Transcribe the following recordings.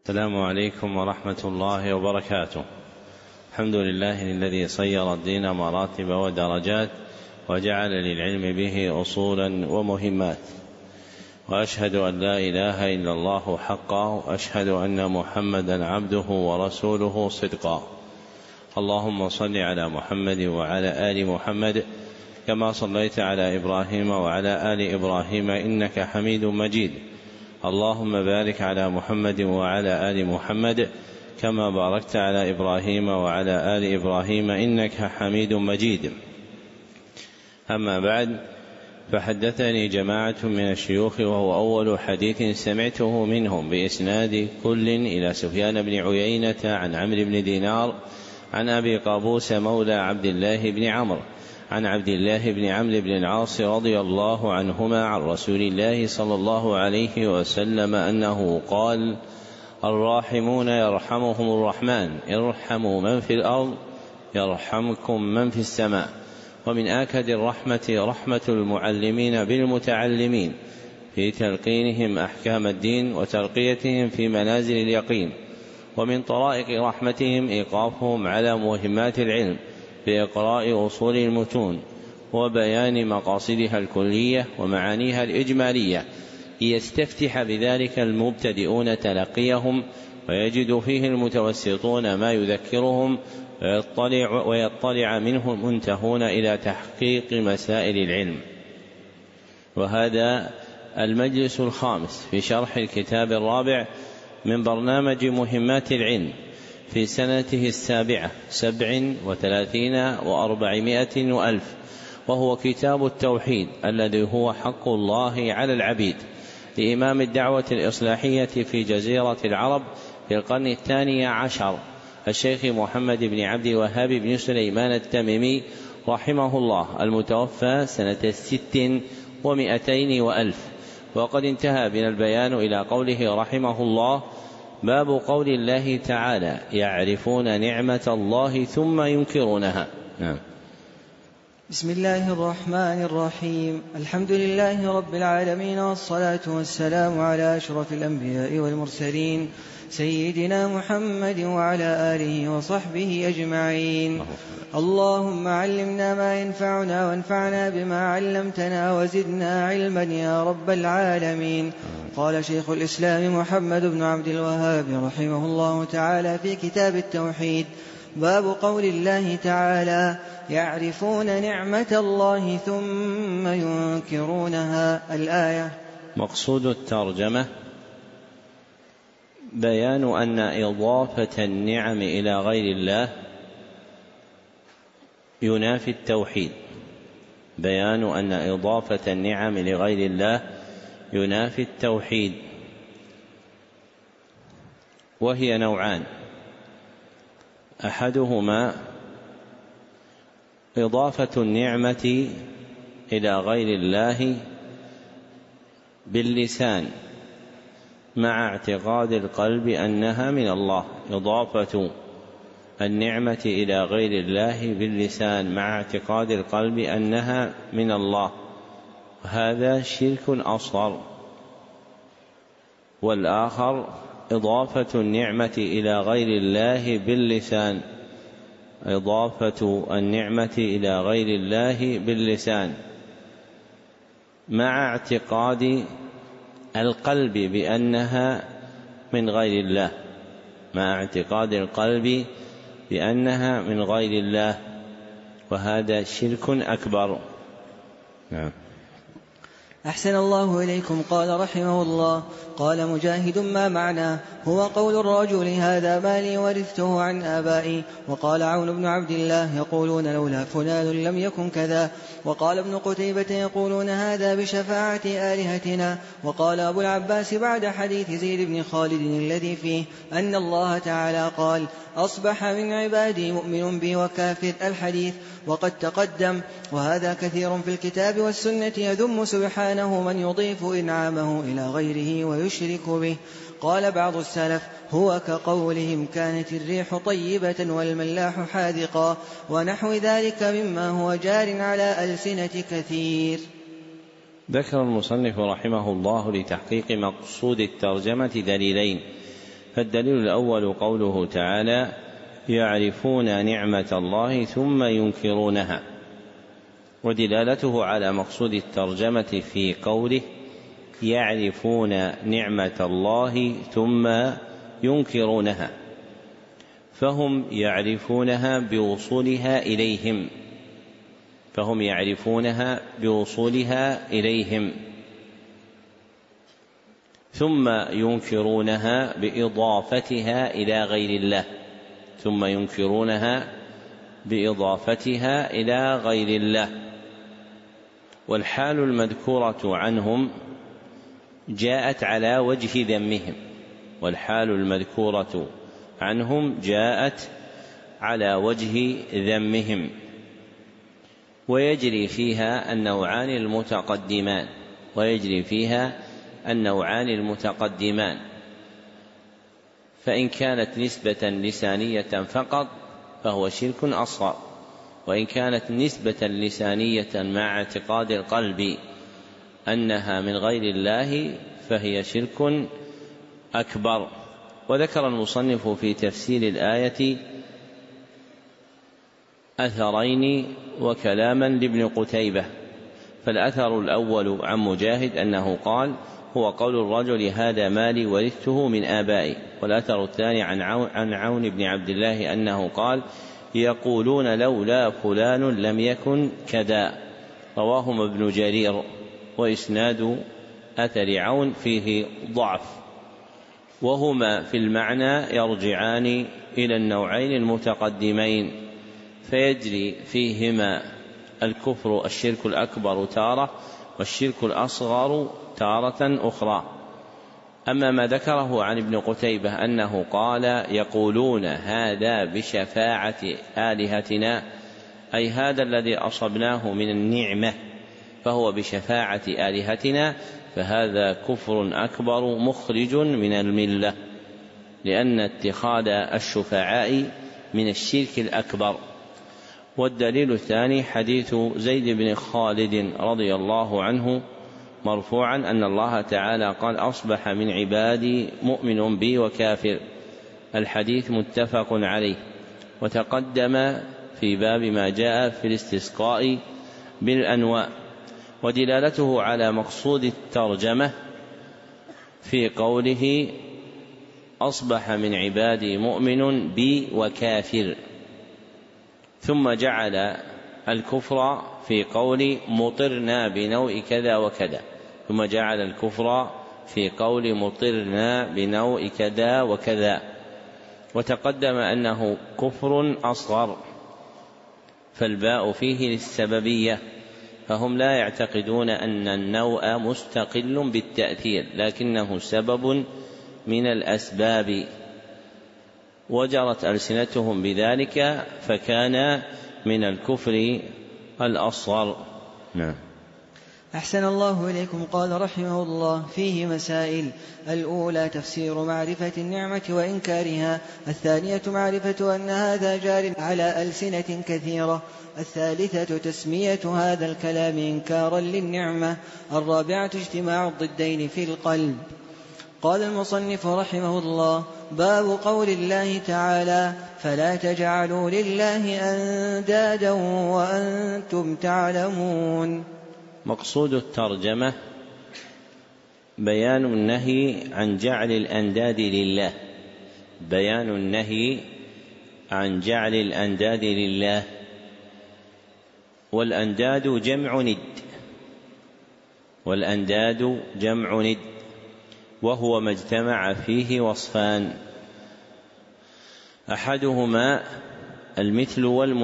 السلام عليكم ورحمة الله وبركاته. الحمد لله الذي صير الدين مراتب ودرجات وجعل للعلم به أصولا ومهمات، وأشهد أن لا إله إلا الله حقا، وأشهد أن محمدا عبده ورسوله صدقا. اللهم صل على محمد وعلى آل محمد كما صليت على إبراهيم وعلى آل إبراهيم إنك حميد مجيد. اللهم بارك على محمد وعلى آل محمد كما باركت على إبراهيم وعلى آل إبراهيم إنك حميد مجيد. أما بعد، فحدثني جماعة من الشيوخ، وهو أول حديث سمعته منهم بإسناد كل إلى سفيان بن عيينة عن عمرو بن دينار عن أبي قابوس مولى عبد الله بن عمرو عن عبد الله بن عمرو بن العاص رضي الله عنهما عن رسول الله صلى الله عليه وسلم أنه قال: الراحمون يرحمهم الرحمن، ارحموا من في الأرض يرحمكم من في السماء. ومن آكد الرحمة رحمة المعلمين بالمتعلمين في تلقينهم أحكام الدين وترقيتهم في منازل اليقين. ومن طرائق رحمتهم إيقافهم على مهمات العلم بإقراء أصول المتون وبيان مقاصدها الكلية ومعانيها الإجمالية، ليستفتح بذلك المبتدئون تلقيهم، ويجد فيه المتوسطون ما يذكرهم، ويطلع منه المنتهون إلى تحقيق مسائل العلم. وهذا المجلس الخامس في شرح الكتاب الرابع من برنامج مهمات العلم في سنته 37 و400 وألف، وهو كتاب التوحيد الذي هو حق الله على العبيد، لإمام الدعوة الإصلاحية في جزيرة العرب في القرن 12 الشيخ محمد بن عبد الوهاب بن سليمان التميمي رحمه الله، المتوفى سنة 600 وألف. وقد انتهى بنا البيان إلى قوله رحمه الله: باب قول الله تعالى: يعرفون نعمة الله ثم ينكرونها. بسم الله الرحمن الرحيم. الحمد لله رب العالمين، والصلاة والسلام على أشرف الأنبياء والمرسلين سيدنا محمد وعلى آله وصحبه أجمعين. اللهم علمنا ما ينفعنا، وانفعنا بما علمتنا، وزدنا علما يا رب العالمين. قال شيخ الإسلام محمد بن عبد الوهاب رحمه الله تعالى في كتاب التوحيد: باب قول الله تعالى: يعرفون نعمة الله ثم ينكرونها. الآية. مقصود الترجمة بيان أن إضافة النعم إلى غير الله ينافي التوحيد، بيان أن إضافة النعم لغير الله ينافي التوحيد، وهي نوعان: أحدهما إضافة النعمة إلى غير الله باللسان مع اعتقاد القلب أنها من الله، إضافة النعمة إلى غير الله باللسان مع اعتقاد القلب أنها من الله، وهذا شرك أصغر. والآخر إضافة النعمة إلى غير الله باللسان، إضافة النعمة إلى غير الله باللسان مع اعتقاد القلب بأنها من غير الله، مع اعتقاد القلب بأنها من غير الله، وهذا شرك أكبر. أحسن الله إليكم. قال رحمه الله: قال مجاهد: ما معناه؟ هو قول الرجل: هذا مالي ورثته عن آبائي. وقال عون بن عبد الله: يقولون لولا فلان لم يكن كذا. وقال ابن قتيبة: يقولون هذا بشفاعة آلهتنا. وقال أبو العباس بعد حديث زيد بن خالد الذي فيه أن الله تعالى قال: أصبح من عبادي مؤمن بي وكافر، الحديث، وقد تقدم. وهذا كثير في الكتاب والسنة، يذم سبحانه من يضيف إنعامه إلى غيره ويشرك به. قال بعض السلف: هو كقولهم: كانت الريح طيبة والملاح حاذقا، ونحو ذلك مما هو جار على ألسنة كثير. ذكر المصنف رحمه الله لتحقيق مقصود الترجمة دليلين: فالدليل الأول قوله تعالى: يعرفون نعمة الله ثم ينكرونها، ودلالته على مقصود الترجمة في قوله: يعرفون نعمة الله ثم ينكرونها، فهم يعرفونها بوصولها إليهم، ثم ينكرونها بإضافتها إلى غير الله. والحال المذكورة عنهم جاءت على وجه ذمهم، ويجري فيها النوعان المتقدمان، فإن كانت نسبة لسانية فقط فهو شرك أصغر، وإن كانت نسبة لسانية مع اعتقاد القلب أنها من غير الله فهي شرك أكبر. وذكر المصنف في تفسير الآية أثرين وكلاما لابن قتيبة، فالأثر الأول عن مجاهد أنه قال: هو قول الرجل: هذا مالي ورثته من آبائي. والأثر الثاني عن عون بن عبد الله أنه قال: يقولون لولا فلان لم يكن كذا. رواهما ابن جرير، وإسناد أثر عون فيه ضعف، وهما في المعنى يرجعان إلى النوعين المتقدمين، فيجري فيهما الكفر الشرك الأكبر تارة، والشرك الأصغر تارة أخرى. أما ما ذكره عن ابن قتيبة أنه قال: يقولون هذا بشفاعة آلهتنا، أي هذا الذي أصبناه من النعمة فهو بشفاعة آلهتنا، فهذا كفر أكبر مخرج من الملة، لأن اتخاذ الشفعاء من الشرك الأكبر. والدليل الثاني حديث زيد بن خالد رضي الله عنه مرفوعا أن الله تعالى قال: أصبح من عبادي مؤمن بي وكافر. الحديث متفق عليه، وتقدم في باب ما جاء في الاستسقاء بالأنواء. ودلالته على مقصود الترجمة في قوله: أصبح من عبادي مؤمن بي وكافر، ثم جعل الكفر في قول مطرنا بنوء كذا وكذا، وتقدم أنه كفر أصغر، فالباء فيه للسببية، فهم لا يعتقدون أن النوء مستقل بالتأثير، لكنه سبب من الأسباب، وجرت ألسنتهم بذلك، فكان من الكفر الأصغر. نعم. أحسن الله إليكم. قال رحمه الله: فيه مسائل: الأولى تفسير معرفة النعمة وإنكارها، الثانية معرفة أن هذا جار على ألسنة كثيرة، الثالثة تسمية هذا الكلام إنكارا للنعمة، الرابعة اجتماع الضدين في القلب. قال المصنف رحمه الله: باب قول الله تعالى: فلا تجعلوا لله أندادا وأنتم تعلمون. مقصود الترجمة بيان النهي عن جعل الأنداد لله، والأنداد جمع ند، وهو ما اجتمع فيه وصفان: أحدهما المثل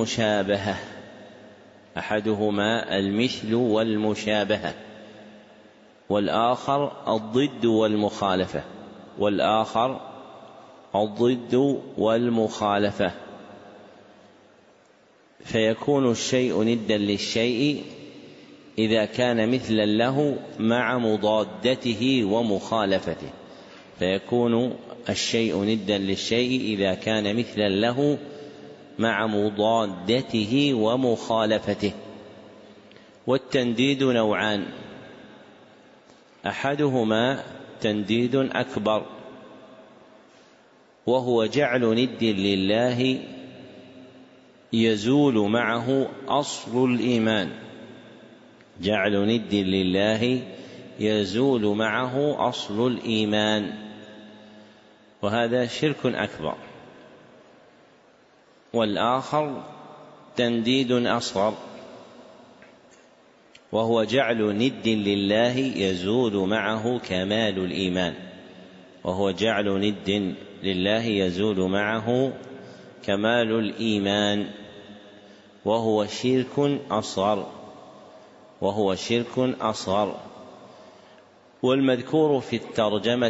والمشابهة، والآخر الضد والمخالفة، فيكون الشيء ندا للشيء إذا كان مثلا له مع مضادته ومخالفته، والتنديد نوعان: أحدهما تنديد أكبر، وهو جعل ند لله يزول معه أصل الإيمان. جعل ند لله يزول معه أصل الإيمان، وهذا شرك أكبر. والآخر تنديد أصغر، وهو جعل ند لله يزول معه كمال الإيمان. وهو جعل ند لله يزول معه كمال الإيمان، وهو شرك أصغر. والمذكور في الترجمة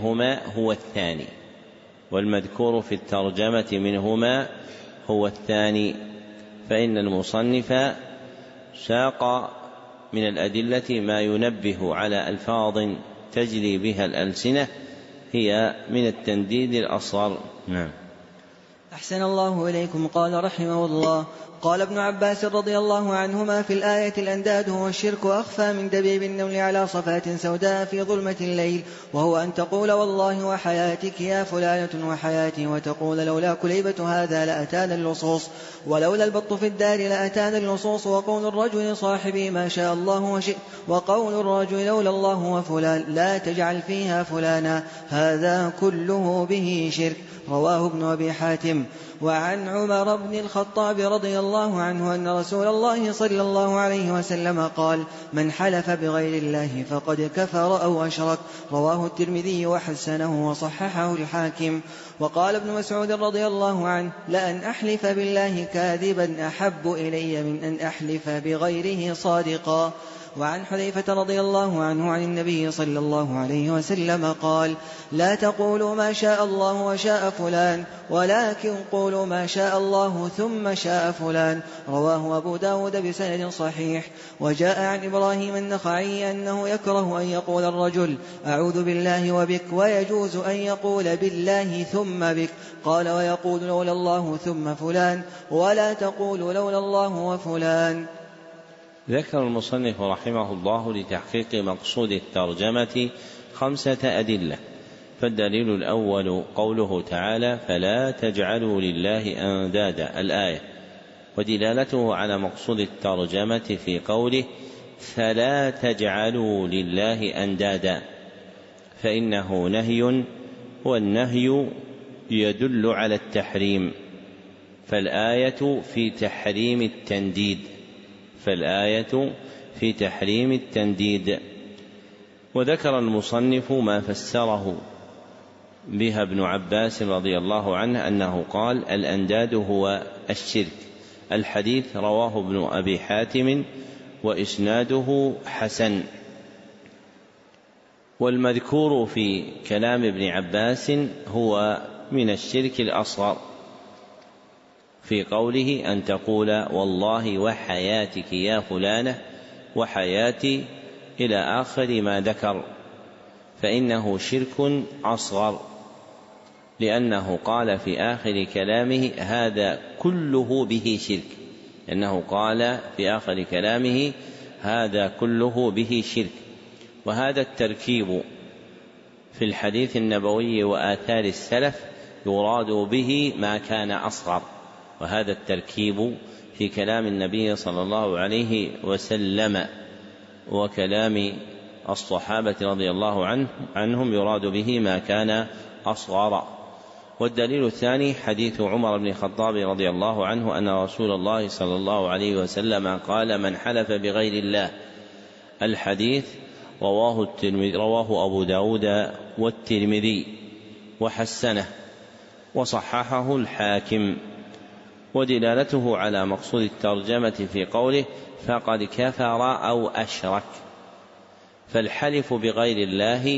منهما هو الثاني. فإن المصنف ساق من الأدلة ما ينبه على ألفاظ تجري بها الألسنة هي من التنديد الأصغر. نعم. أحسن الله إليكم. قال رحمه الله: قال ابن عباس رضي الله عنهما: في الآية الأنداد هو الشرك أخفى من دبيب النمل على صفات سوداء في ظلمة الليل، وهو أن تقول والله وحياتك يا فلانة وحياتي، وتقول لولا كليبة هذا لأتانا اللصوص، ولولا البط في الدار لأتانا اللصوص، وقول الرجل صاحبي ما شاء الله وشئت، وقول الرجل لولا الله وفلان لا تجعل فيها فلانا، هذا كله به شرك. رواه ابن أبي حاتم. وعن عمر بن الخطاب رضي الله عنه أن رسول الله صلى الله عليه وسلم قال: من حلف بغير الله فقد كفر أو أشرك. رواه الترمذي وحسنه وصححه الحاكم. وقال ابن مسعود رضي الله عنه: لأن أحلف بالله كاذبا أحب إلي من أن أحلف بغيره صادقا. وعن حذيفة رضي الله عنه عن النبي صلى الله عليه وسلم قال: لا تقولوا ما شاء الله وشاء فلان، ولكن قولوا ما شاء الله ثم شاء فلان. رواه أبو داود بسند صحيح. وجاء عن إبراهيم النخعي أنه يكره أن يقول الرجل أعوذ بالله وبك، ويجوز أن يقول بالله ثم بك. قال: ويقول لولا الله ثم فلان، ولا تقول لولا الله وفلان. ذكر المصنف رحمه الله لتحقيق مقصود الترجمة 5 أدلة. فالدليل الأول قوله تعالى: فلا تجعلوا لله أندادا، الآية، ودلالته على مقصود الترجمة في قوله: فلا تجعلوا لله أندادا، فإنه نهي، والنهي يدل على التحريم، فالآية في تحريم التنديد. وذكر المصنف ما فسره بها ابن عباس رضي الله عنه أنه قال: الأنداد هو الشرك. الحديث رواه ابن أبي حاتم وإسناده حسن. والمذكور في كلام ابن عباس هو من الشرك الأصغر في قوله: أن تقول والله وحياتك يا فلانة وحياتي إلى آخر ما ذكر، فإنه شرك أصغر، لأنه قال في آخر كلامه هذا كله به شرك، وهذا التركيب في الحديث النبوي وآثار السلف يراد به ما كان أصغر، وهذا التركيب في كلام النبي صلى الله عليه وسلم وكلام الصحابة رضي الله عنهم يراد به ما كان أصغر. والدليل الثاني حديث عمر بن الخطاب رضي الله عنه أن رسول الله صلى الله عليه وسلم قال: من حلف بغير الله. الحديث رواه أبو داود والترمذي وحسنه وصححه الحاكم. ودلالته على مقصود الترجمة في قوله: فقد كفر أو أشرك. فالحلف بغير الله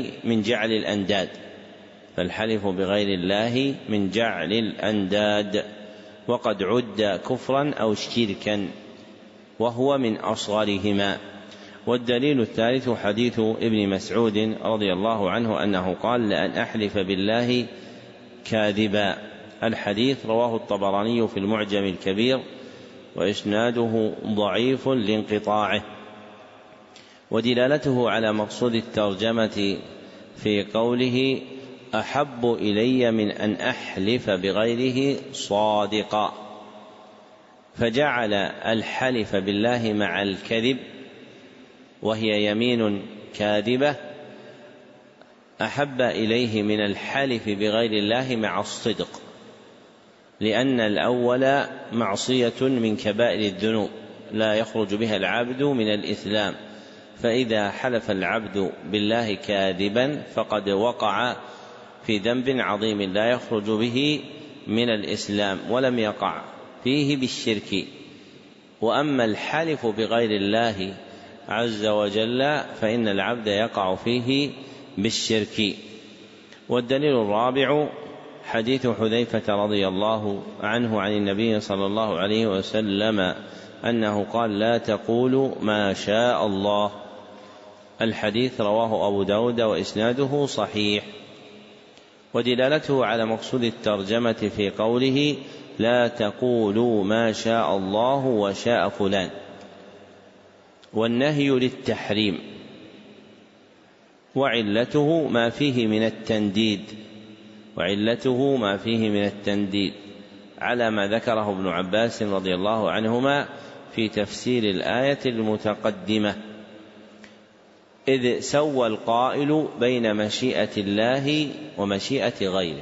من جعل الأنداد، وقد عد كفرا أو شركا، وهو من أصغرهما. والدليل الثالث حديث ابن مسعود رضي الله عنه أنه قال: لأن أحلف بالله كاذبا. الحديث رواه الطبراني في المعجم الكبير وإسناده ضعيف لانقطاعه. ودلالته على مقصود الترجمة في قوله: أحب إلي من أن أحلف بغيره صادقا، فجعل الحلف بالله مع الكذب وهي يمين كاذبة أحب إليه من الحلف بغير الله مع الصدق، لأن الأول معصية من كبائر الذنوب لا يخرج بها العبد من الإسلام، فإذا حلف العبد بالله كاذبا فقد وقع في ذنب عظيم لا يخرج به من الإسلام ولم يقع فيه بالشرك. وأما الحلف بغير الله عز وجل فإن العبد يقع فيه بالشرك. والدليل الرابع حديث حذيفة رضي الله عنه عن النبي صلى الله عليه وسلم أنه قال: لا تقولوا ما شاء الله. الحديث رواه أبو داود وإسناده صحيح. ودلالته على مقصود الترجمة في قوله: لا تقولوا ما شاء الله وشاء فلان، والنهي للتحريم، وعلته ما فيه من التنديد على ما ذكره ابن عباس رضي الله عنهما في تفسير الآية المتقدمة، إذ سوى القائل بين مشيئة الله ومشيئة غيره،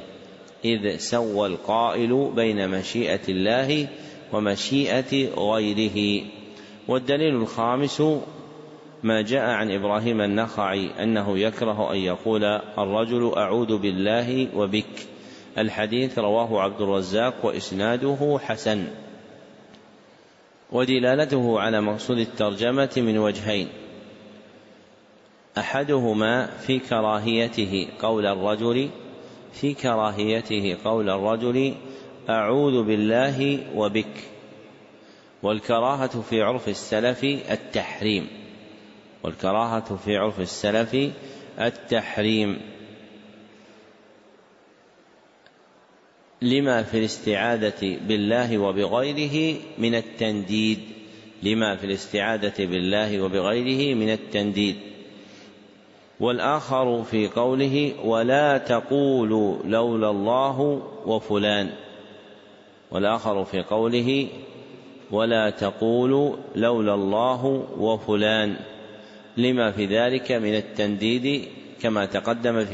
والدليل الخامس ما جاء عن إبراهيم النخعي أنه يكره أن يقول الرجل أعوذ بالله وبك. الحديث رواه عبد الرزاق وإسناده حسن. ودلالته على مقصود الترجمة من وجهين: أحدهما في كراهيته قول الرجل أعوذ بالله وبك، والكراهة في عرف السلف التحريم لما في الاستعاذة بالله وبغيره من التنديد. والآخر في قوله: ولا تقولوا لولا الله وفلان، لما في ذلك من التنديد كما تقدم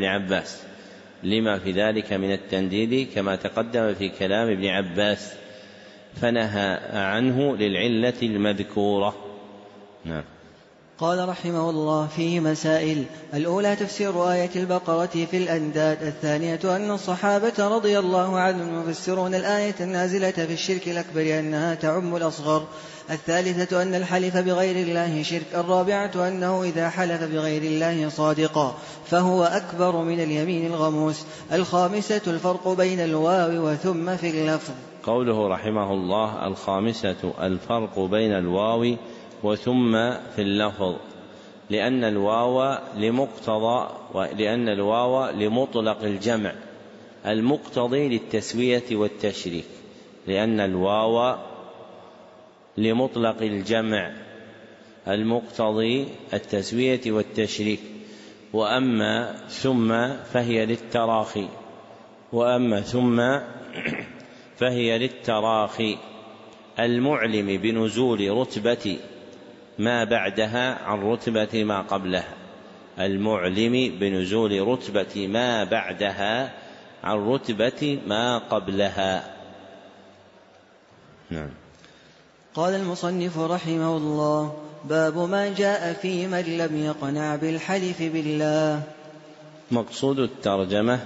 في كلام ابن عباس، فنهى عنه للعلة المذكورة. نعم. قال رحمه الله: فيه مسائل: الأولى تفسير آية البقرة في الأنداد، الثانية أن الصحابة رضي الله عنهم يفسرون الآية النازلة في الشرك الأكبر أنها تعم الأصغر، الثالثة أن الحلف بغير الله شرك، الرابعة أنه إذا حلف بغير الله صادقا فهو أكبر من اليمين الغموس، الخامسة الفرق بين الواو وثم في اللفظ. قوله رحمه الله: الخامسة الفرق بين الواو وثم في اللفظ، لأن الواو لمطلق الجمع المقتضي للتسوية والتشريك، وأما ثم فهي للتراخي المعلم بنزول رتبة ما بعدها عن رتبة ما قبلها. نعم. قال المصنف رحمه الله: باب ما جاء في من لم يقنع بالحلف بالله. مقصود الترجمة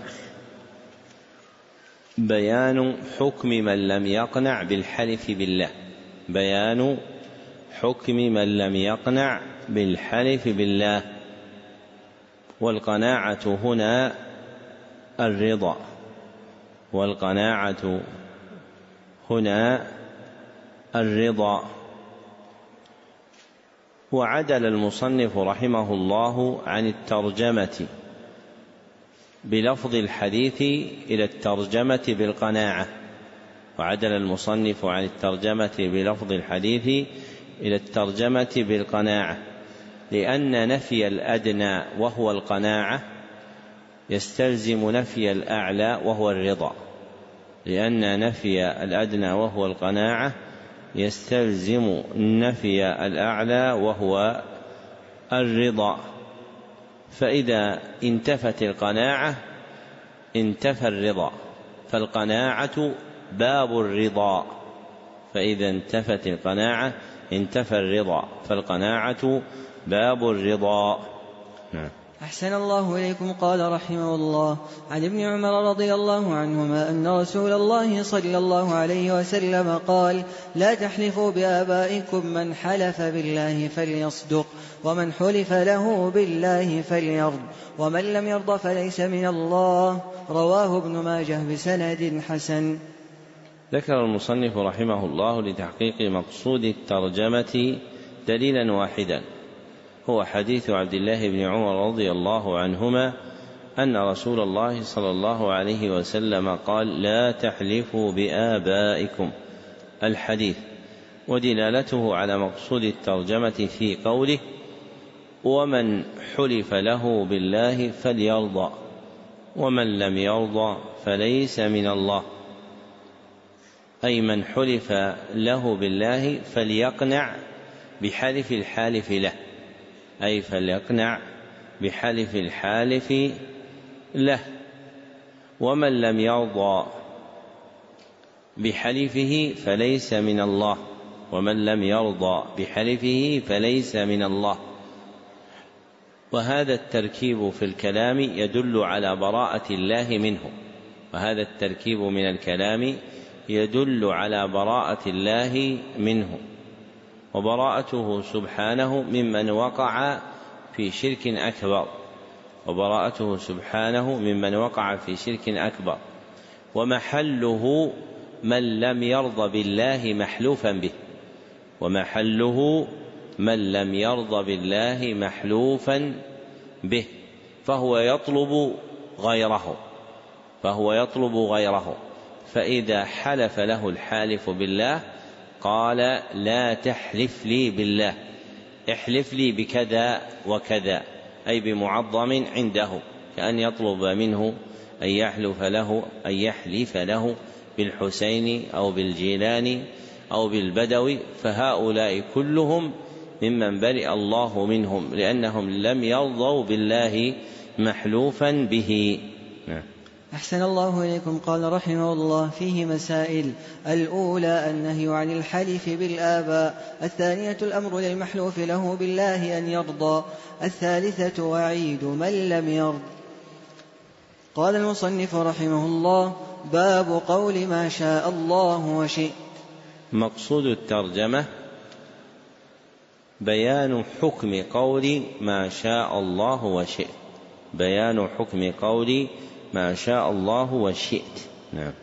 بيان حكم من لم يقنع بالحلف بالله، والقناعة هنا الرضا. وعدل المصنف رحمه الله عن الترجمة بلفظ الحديث إلى الترجمة بالقناعة، لأن نفي الأدنى وهو القناعة يستلزم نفي الأعلى وهو الرضا، لأن نفي الأدنى وهو القناعة يستلزم نفي الأعلى وهو الرضا. فإذا انتفت القناعة انتفى الرضا، فالقناعة باب الرضا. فإذا انتفت القناعة انتفى الرضا، فالقناعة باب الرضا. أحسن الله إليكم. قال رحمه الله: عن ابن عمر رضي الله عنهما أن رسول الله صلى الله عليه وسلم قال: لا تحلفوا بآبائكم، من حلف بالله فليصدق، ومن حلف له بالله فليرض، ومن لم يرض فليس من الله. رواه ابن ماجه بسند حسن. ذكر المصنف رحمه الله لتحقيق مقصود الترجمة دليلا واحدا، هو حديث عبد الله بن عمر رضي الله عنهما أن رسول الله صلى الله عليه وسلم قال: لا تحلفوا بآبائكم، الحديث، ودلالته على مقصود الترجمة في قوله: ومن حلف له بالله فليرضى، ومن لم يرضى فليس من الله، أي من حلف له بالله فليقنع بحلف الحالف له، أي فليقنع بحلف الحالف له، ومن لم يرضى بحلفه فليس من الله، ومن لم يرضى بحلفه فليس من الله. وهذا التركيب في الكلام يدل على براءة الله منه، وهذا التركيب من الكلام يدل على براءة الله منه، وبراءته سبحانه ممن وقع في شرك أكبر، وبراءته سبحانه ممن وقع في شرك أكبر. ومحله من لم يرض بالله محلوفا به، ومحله من لم يرض بالله محلوفا به، فهو يطلب غيره. فإذا حلف له الحالف بالله قال: لا تحلف لي بالله، احلف لي بكذا وكذا، أي بمعظم عنده، كأن يطلب منه أن يحلف له بالحسين أو بالجيلاني أو بالبدوي، فهؤلاء كلهم ممن برئ الله منهم، لأنهم لم يرضوا بالله محلوفا به. أحسن الله إليكم. قال رحمه الله: فيه مسائل: الأولى النهي عن الحلف بالآباء، الثانية الأمر للمحلوف له بالله أن يرضى، الثالثة وعيد من لم يرض. قال المصنف رحمه الله: باب قول ما شاء الله وشئت. مقصود الترجمة بيان حكم قول ما شاء الله وشئت، بيان حكم قول ما شاء الله وشئت. نعم.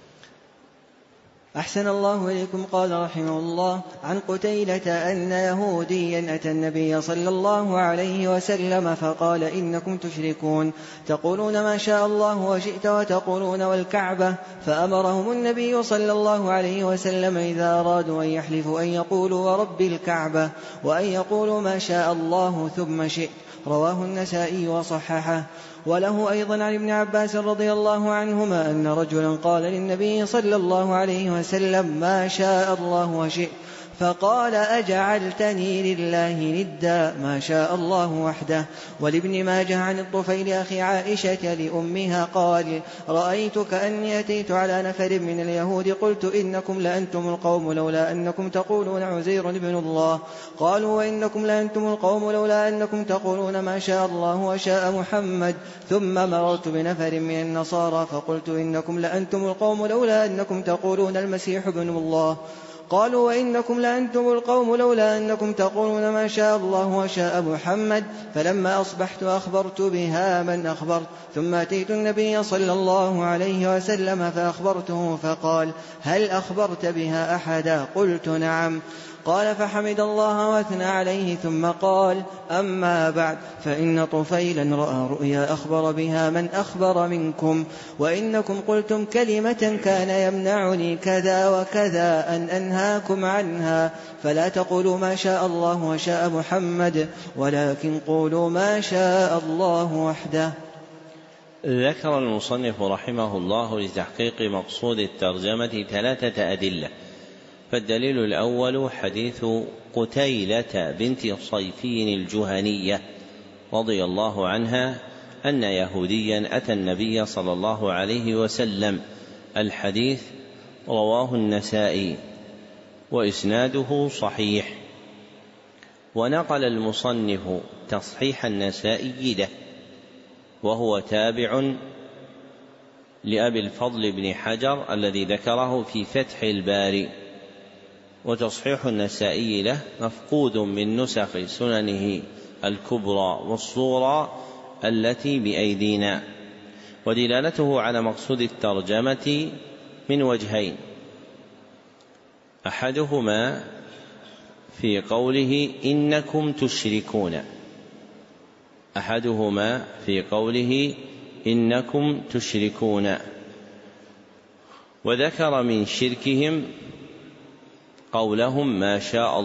أحسن الله إليكم. قال رحمه الله: عن قتيلة أن يهوديا أتى النبي صلى الله عليه وسلم فقال: إنكم تشركون، تقولون ما شاء الله وشئت وتقولون والكعبة. فأمرهم النبي صلى الله عليه وسلم إذا أرادوا أن يحلفوا أن يقولوا ورب الكعبة، وأن يقولوا ما شاء الله ثم شئت. رواه النسائي وصححه. وله أيضا عن ابن عباس رضي الله عنهما أن رجلا قال للنبي صلى الله عليه وسلم: ما شاء الله وشئت، فقال: أجعلتني لله ندا، ما شاء الله وحده. ولابن ماجه عن الطفيل أخي عائشة لأمها قال: رأيت كأني أتيت على نفر من اليهود قلت: إنكم لأنتم القوم لولا أنكم تقولون عزير ابن الله. قالوا: وإنكم لأنتم القوم لولا أنكم تقولون ما شاء الله وشاء محمد. ثم مررت بنفر من النصارى فقلت: إنكم لأنتم القوم لولا أنكم تقولون المسيح ابن الله. قالوا: وإنكم لأنتم القوم لولا أنكم تقولون ما شاء الله وشاء محمد. فلما أصبحت أخبرت بها من أخبرت، ثم أتيت النبي صلى الله عليه وسلم فأخبرته، فقال: هل أخبرت بها أحدا؟ قلت: نعم. قال: فحمد الله واثنى عليه، ثم قال: أما بعد، فإن طفيلا رأى رؤيا أخبر بها من أخبر منكم، وإنكم قلتم كلمة كان يمنعني كذا وكذا أن أنهاكم عنها، فلا تقولوا ما شاء الله وشاء محمد، ولكن قولوا ما شاء الله وحده. ذكر المصنف رحمه الله لتحقيق مقصود الترجمة 3 أدلة. فالدليل الأول حديث قتيلة بنت صيفي الجهنية رضي الله عنها أن يهوديا أتى النبي صلى الله عليه وسلم. الحديث رواه النسائي وإسناده صحيح، ونقل المصنف تصحيح النسائي له، وهو تابع لأبي الفضل بن حجر الذي ذكره في فتح الباري، وتصحيح النسائي له مفقود من نسخ سننه الكبرى والصغرى التي بأيدينا. ودلالته على مقصود الترجمة من وجهين: أحدهما في قوله إنكم تشركون، وذكر من شركهم قولهم ما شاء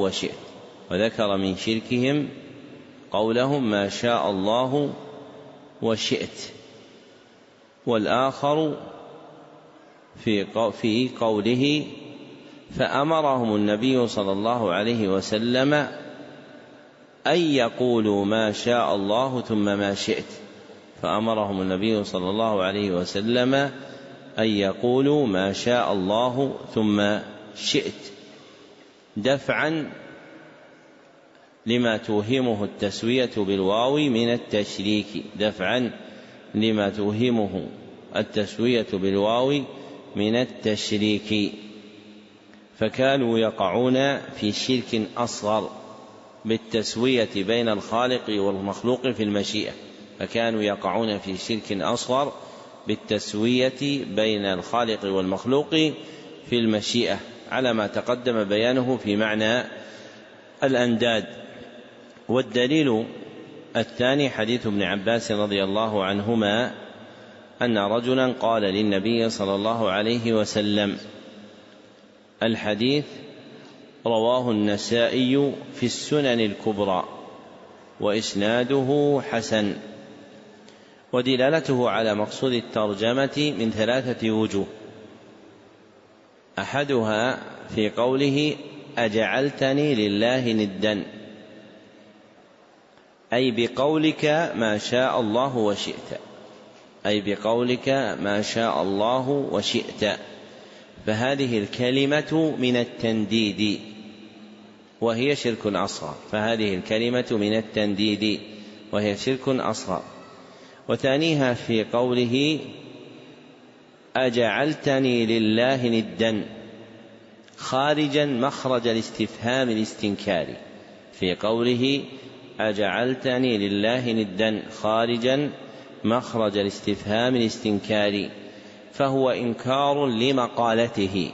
الله وشئت، والآخر في قوله فأمرهم النبي صلى الله عليه وسلم أن يقولوا ما شاء الله ثم ما شئت، فأمرهم النبي صلى الله عليه وسلم أن يقولوا ما شاء الله ثم شئت، دفعا لما توهمه التسوية بالواو من التشريك، فكانوا يقعون في شرك أصغر بالتسوية بين الخالق والمخلوق في المشيئة، على ما تقدم بيانه في معنى الأنداد. والدليل الثاني حديث ابن عباس رضي الله عنهما أن رجلا قال للنبي صلى الله عليه وسلم. الحديث رواه النسائي في السنن الكبرى وإسناده حسن. ودلالته على مقصود الترجمة من 3 وجوه: أحدها في قوله أجعلتني لله ندا، أي بقولك ما شاء الله وشئت، فهذه الكلمة من التنديد وهي شرك أصغر. وثانيها في قوله أجعلتني لله ندا، خارجا مخرج الاستفهام الاستنكاري، في قوله أجعلتني لله ندا خارجا مخرج الاستفهام الاستنكاري، فهو إنكار لمقالته.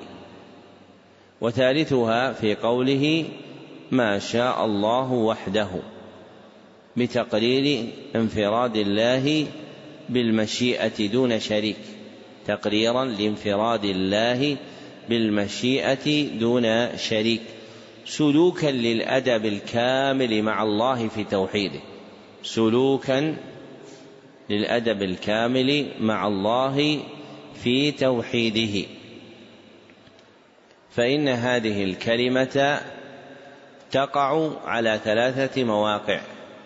وثالثها في قوله ما شاء الله وحده، بتقرير انفراد الله بالمشيئة دون شريك، تقريرا لانفراد الله بالمشيئة دون شريك، سلوكا للأدب الكامل مع الله في توحيده، فإن هذه الكلمة تقع على 3 مواقع: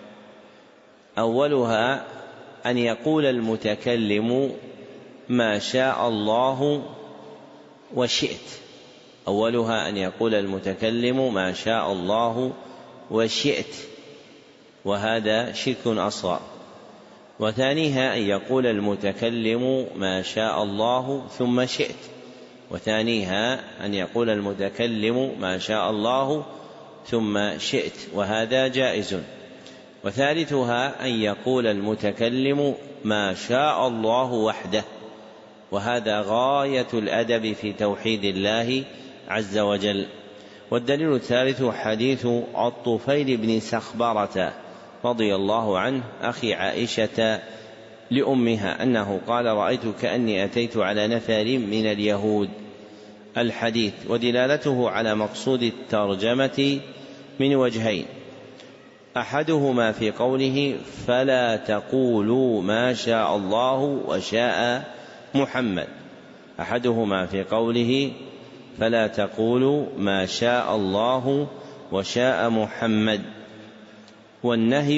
أولها أن يقول المتكلم ما شاء الله وشئت، وهذا شرك أصغر. وثانيها أن يقول المتكلم ما شاء الله ثم شئت، وهذا جائز. وثالثها أن يقول المتكلم ما شاء الله وحده، وهذا غاية الأدب في توحيد الله عز وجل. والدليل الثالث حديث الطفيل بن سخبرة رضي الله عنه أخي عائشة لأمها أنه قال رأيت كأني أتيت على نفر من اليهود. الحديث ودلالته على مقصود الترجمة من وجهين: أحدهما في قوله فلا تقولوا ما شاء الله وشاء محمد، أحدهما في قوله فلا تقولوا ما شاء الله وشاء محمد، والنهي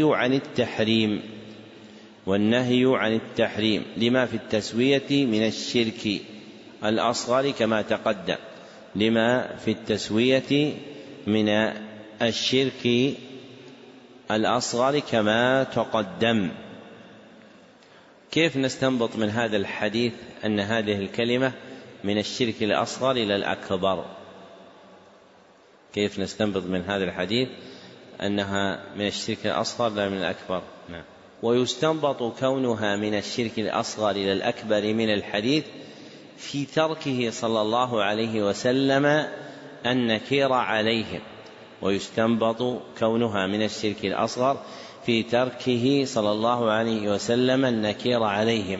عن التحريم لما في التسوية من الشرك الأصغر كما تقدم، لما في التسوية من الشرك الأصغر كما تقدم. كيف نستنبط من هذا الحديث أن هذه الكلمة من الشرك الأصغر إلى الأكبر؟ كيف نستنبط من هذا الحديث أنها من الشرك الأصغر لا من الأكبر؟ ويستنبط كونها من الشرك الأصغر إلى الأكبر من الحديث في تركه صلى الله عليه وسلم النكير عليهم، ويستنبط كونها من الشرك الأصغر في تركه صلى الله عليه وسلم النكير عليهم،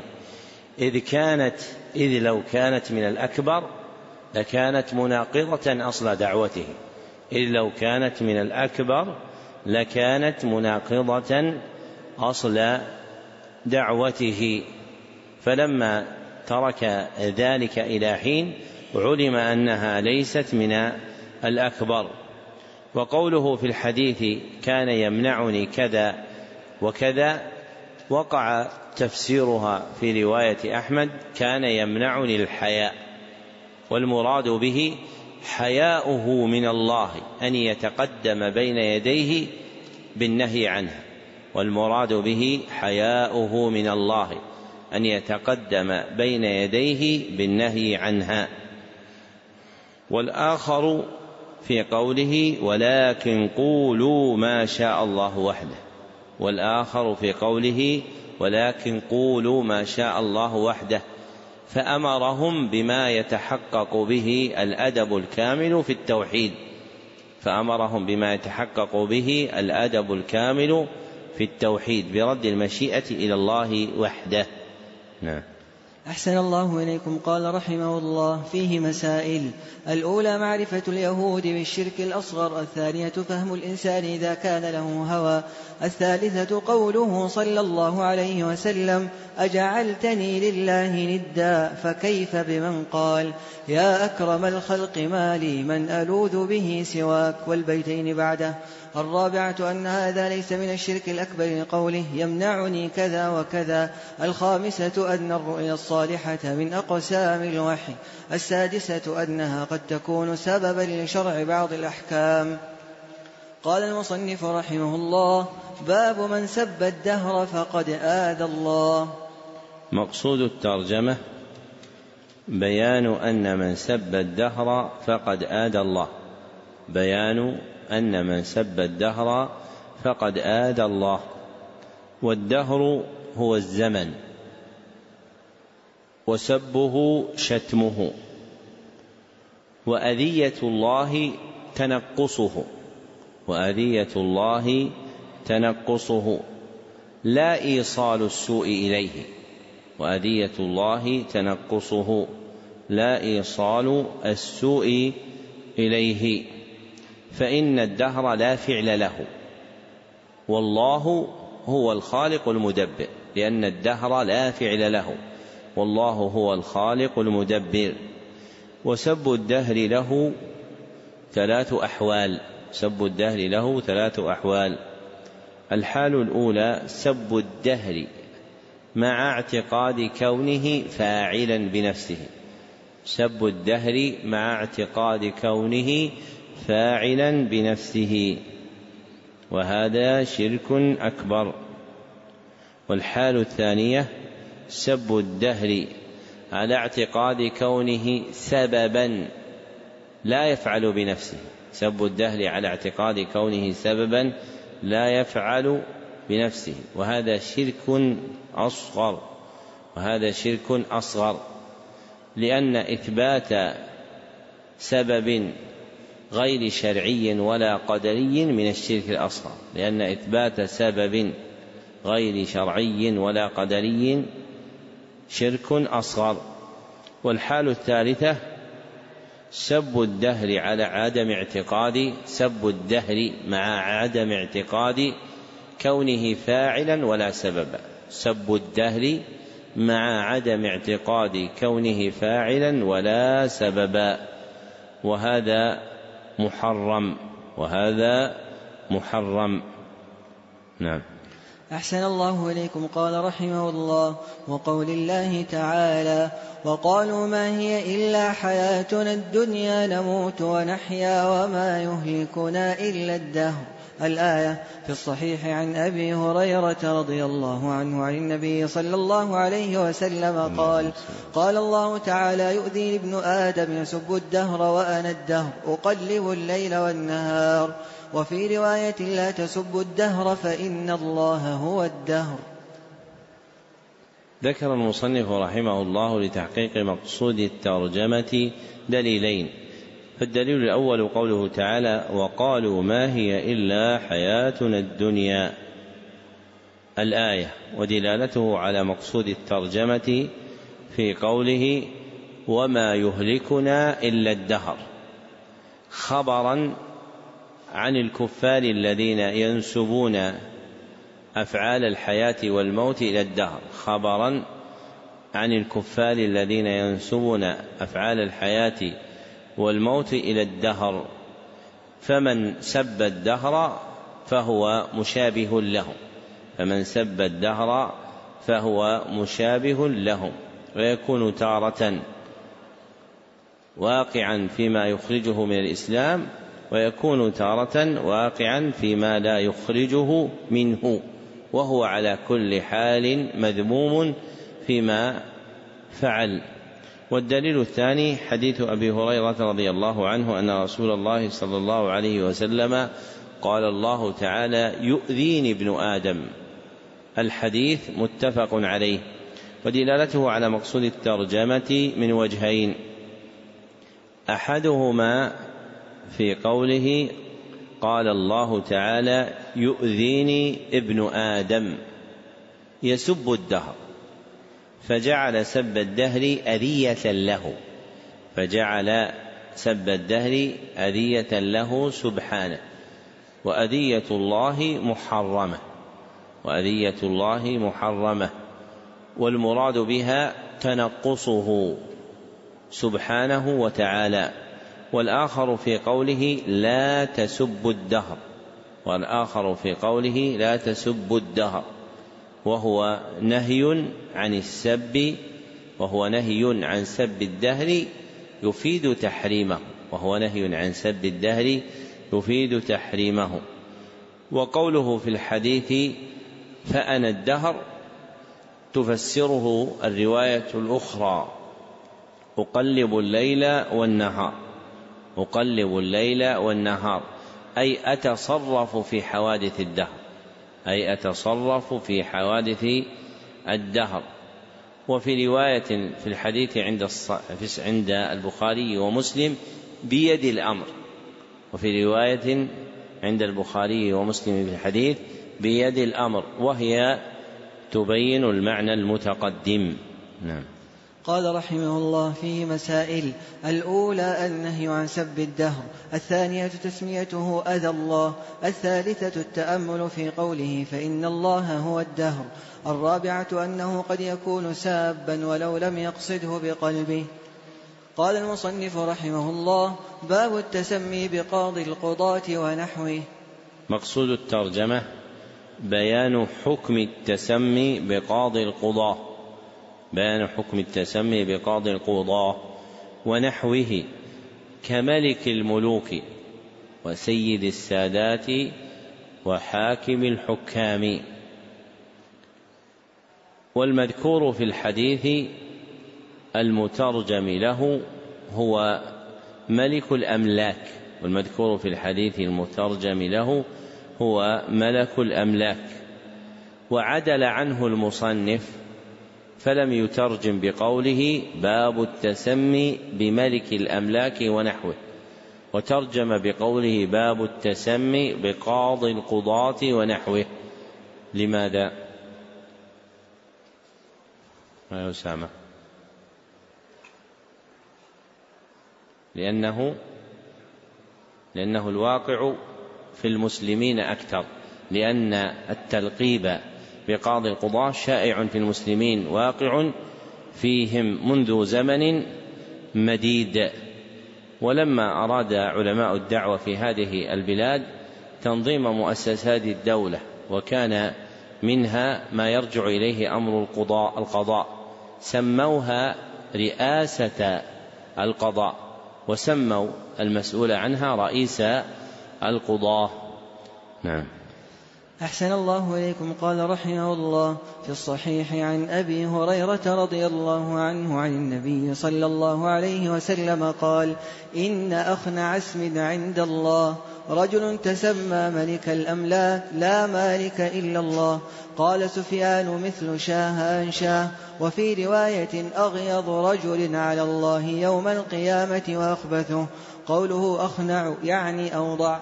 إذ لو كانت من الأكبر لكانت مناقضة أصل دعوته، إذ لو كانت من الأكبر لكانت مناقضة أصل دعوته، فلما ترك ذلك إلى حين علم أنها ليست من الأكبر. وقوله في الحديث كان يمنعني كذا وكذا وقع تفسيرها في رواية أحمد كان يمنعني الحياء، والمراد به حياؤه من الله أن يتقدم بين يديه بالنهي عنها، والمراد به حياؤه من الله أن يتقدم بين يديه بالنهي عنها. والآخر في قوله ولكن قولوا ما شاء الله وحده، والآخر في قوله ولكن قولوا ما شاء الله وحده، فأمرهم بما يتحقق به الأدب الكامل في التوحيد، فأمرهم بما يتحقق به الأدب الكامل في التوحيد برد المشيئة إلى الله وحده. نعم. أحسن الله إليكم. قال رحمه الله فيه مسائل: الأولى معرفة اليهود بالشرك الأصغر، الثانية فهم الإنسان إذا كان له هوى، الثالثة قوله صلى الله عليه وسلم أجعلتني لله ندا فكيف بمن قال يا أكرم الخلق ما لي من ألوذ به سواك، والبيتين بعده. الرابعة أن هذا ليس من الشرك الأكبر لقوله يمنعني كذا وكذا. الخامسة أن الرؤيا الصالحة من أقسام الوحي. السادسة أنها قد تكون سببا لشرع بعض الأحكام. قال المصنف رحمه الله: باب من سب الدهر فقد آذى الله. مقصود الترجمة بيان أن من سب الدهر فقد آذى الله، بيان أن من سب الدهر فقد آذى الله. والدهر هو الزمن، وسبه شتمه، وأذية الله تنقصه، وأذية الله تنقصه لا إيصال السوء إليه، وأذية الله تنقصه لا إيصال السوء إليه، فإن الدهر لا فعل له، والله هو الخالق المدبر، لأن الدهر لا فعل له والله هو الخالق المدبر. وسب الدهر له ثلاث أحوال، سب الدهر له ثلاث أحوال. الحال الأولى سب الدهر مع اعتقاد كونه فاعلا بنفسه، سب الدهر مع اعتقاد كونه فاعلا بنفسه، وهذا شرك أكبر. والحال الثانية سب الدهر على اعتقاد كونه سببا لا يفعل بنفسه، سب الدهر على اعتقاد كونه سببا لا يفعل بنفسه، وهذا شرك أصغر، وهذا شرك أصغر، لأن إثبات سبب غير شرعي ولا قدري من الشرك الأصغر، لأن إثبات سبب غير شرعي ولا قدري شرك أصغر. والحال الثالثة سب الدهر على عدم اعتقاد سب الدهر مع عدم اعتقاد كونه فاعلا ولا سببا، سب الدهر مع عدم اعتقاد كونه فاعلا ولا سببا، وهذا محرم. نعم. أحسن الله إليكم. قال رحمه الله: وقول الله تعالى: وقالوا ما هي إلا حياتنا الدنيا نموت ونحيا وما يهلكنا إلا الدهر. الآية في الصحيح عن أبي هريرة رضي الله عنه عن النبي صلى الله عليه وسلم قال: قال الله تعالى: يؤذيني ابن آدم يسب الدهر وأنا الدهر أقلب الليل والنهار. وفي رواية: لا تسبوا الدهر فإن الله هو الدهر. ذكر المصنف رحمه الله لتحقيق مقصود الترجمة دليلين. فالدليل الأول قوله تعالى: وقالوا ما هي إلا حياتنا الدنيا، الآية، ودلالته على مقصود الترجمة في قوله: وما يهلكنا إلا الدهر، خبرا عن الكفار الذين ينسبون أفعال الحياة والموت إلى الدهر، خبرا عن الكفار الذين ينسبون أفعال الحياة والموت إلى الدهر، فمن سب الدهر فهو مشابه لهم، فمن سب الدهر فهو مشابه لهم، ويكون تارة واقعا فيما يخرجه من الإسلام، ويكون تارة واقعا فيما لا يخرجه منه، وهو على كل حال مذموم فيما فعل. والدليل الثاني حديث أبي هريرة رضي الله عنه أن رسول الله صلى الله عليه وسلم قال: الله تعالى: يؤذيني ابن آدم. الحديث متفق عليه، ودلالته على مقصود الترجمة من وجهين: أحدهما في قوله: قال الله تعالى: يؤذيني ابن آدم يسب الدهر، فجعل سب الدهر أذية له، فجعل سب الدهر أذية له سبحانه، وأذية الله محرمة، وأذية الله محرمة، والمراد بها تنقصه سبحانه وتعالى. والآخر في قوله: لا تسب الدهر، والآخر في قوله: لا تسب الدهر، وهو نهي عن السب، وهو نهي عن سب الدهر يفيد تحريمه، وهو نهي عن سب الدهر يفيد تحريمه. وقوله في الحديث: فأنا الدهر، تفسره الرواية الأخرى: أقلب الليل والنهار، أقلب الليل والنهار، أي أتصرف في حوادث الدهر، أي أتصرف في حوادث الدهر. وفي رواية في الحديث عند البخاري ومسلم: بيد الأمر، وفي رواية عند البخاري ومسلم في الحديث: بيد الأمر، وهي تبين المعنى المتقدم. نعم. قال رحمه الله: فيه مسائل: الأولى النهي عن سب الدهر، الثانية تسميته أذى الله، الثالثة التأمل في قوله: فإن الله هو الدهر، الرابعة أنه قد يكون سابا ولو لم يقصده بقلبه. قال المصنف رحمه الله: باب التسمي بقاضي القضاة ونحوه. مقصود الترجمة بيان حكم التسمي بقاضي القضاة، بيان حكم التسمي بقاضي القضاة ونحوه، كملك الملوك وسيد السادات وحاكم الحكام. والمذكور في الحديث المترجم له هو ملك الأملاك، والمذكور في الحديث المترجم له هو ملك الأملاك. وعدل عنه المصنف فلم يترجم بقوله: باب التسمي بملك الأملاك ونحوه، وترجم بقوله: باب التسمي بقاضي القضاة ونحوه. لماذا يا أسامة؟ لأنه الواقع في المسلمين أكثر، لأن التلقيب بقاضي القضاة شائع في المسلمين واقع فيهم منذ زمن مديد. ولما أراد علماء الدعوة في هذه البلاد تنظيم مؤسسات الدولة، وكان منها ما يرجع إليه أمر القضاء، سموها رئاسة القضاء، وسموا المسؤول عنها رئيس القضاة. نعم. أحسن الله إليكم. قال رحمه الله في الصحيح عن أبي هريرة رضي الله عنه عن النبي صلى الله عليه وسلم قال: إن أخنع اسم عند الله رجل تسمى ملك الأملاك لا مالك إلا الله. قال سفيان: مثل شاه أنشاه. وفي رواية: أغيض رجل على الله يوم القيامة وأخبثه. قوله أخنع يعني أوضع.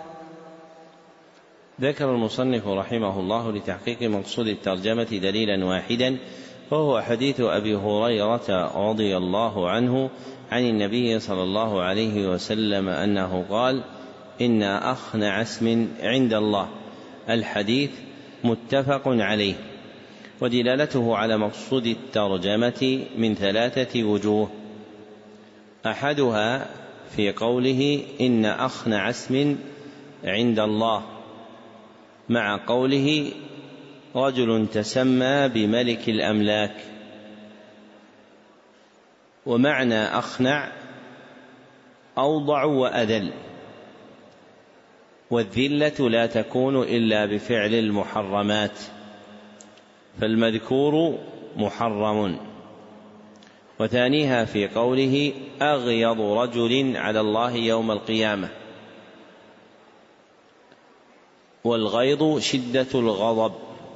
ذكر المصنف رحمه الله لتحقيق مقصود الترجمة دليلا واحدا، وهو حديث أبي هريرة رضي الله عنه عن النبي صلى الله عليه وسلم أنه قال: إن أخنع اسم عند الله. الحديث متفق عليه، ودلالته على مقصود الترجمة من 3 وجوه. أحدها في قوله: إن أخنع اسم عند الله، مع قوله: رجل تسمى بملك الأملاك. ومعنى أخنع أوضع وأذل، والذلة لا تكون إلا بفعل المحرمات، فالمذكور محرم. وثانيها في قوله: أغيض رجل على الله يوم القيامة. والغيظ شدة الغضب،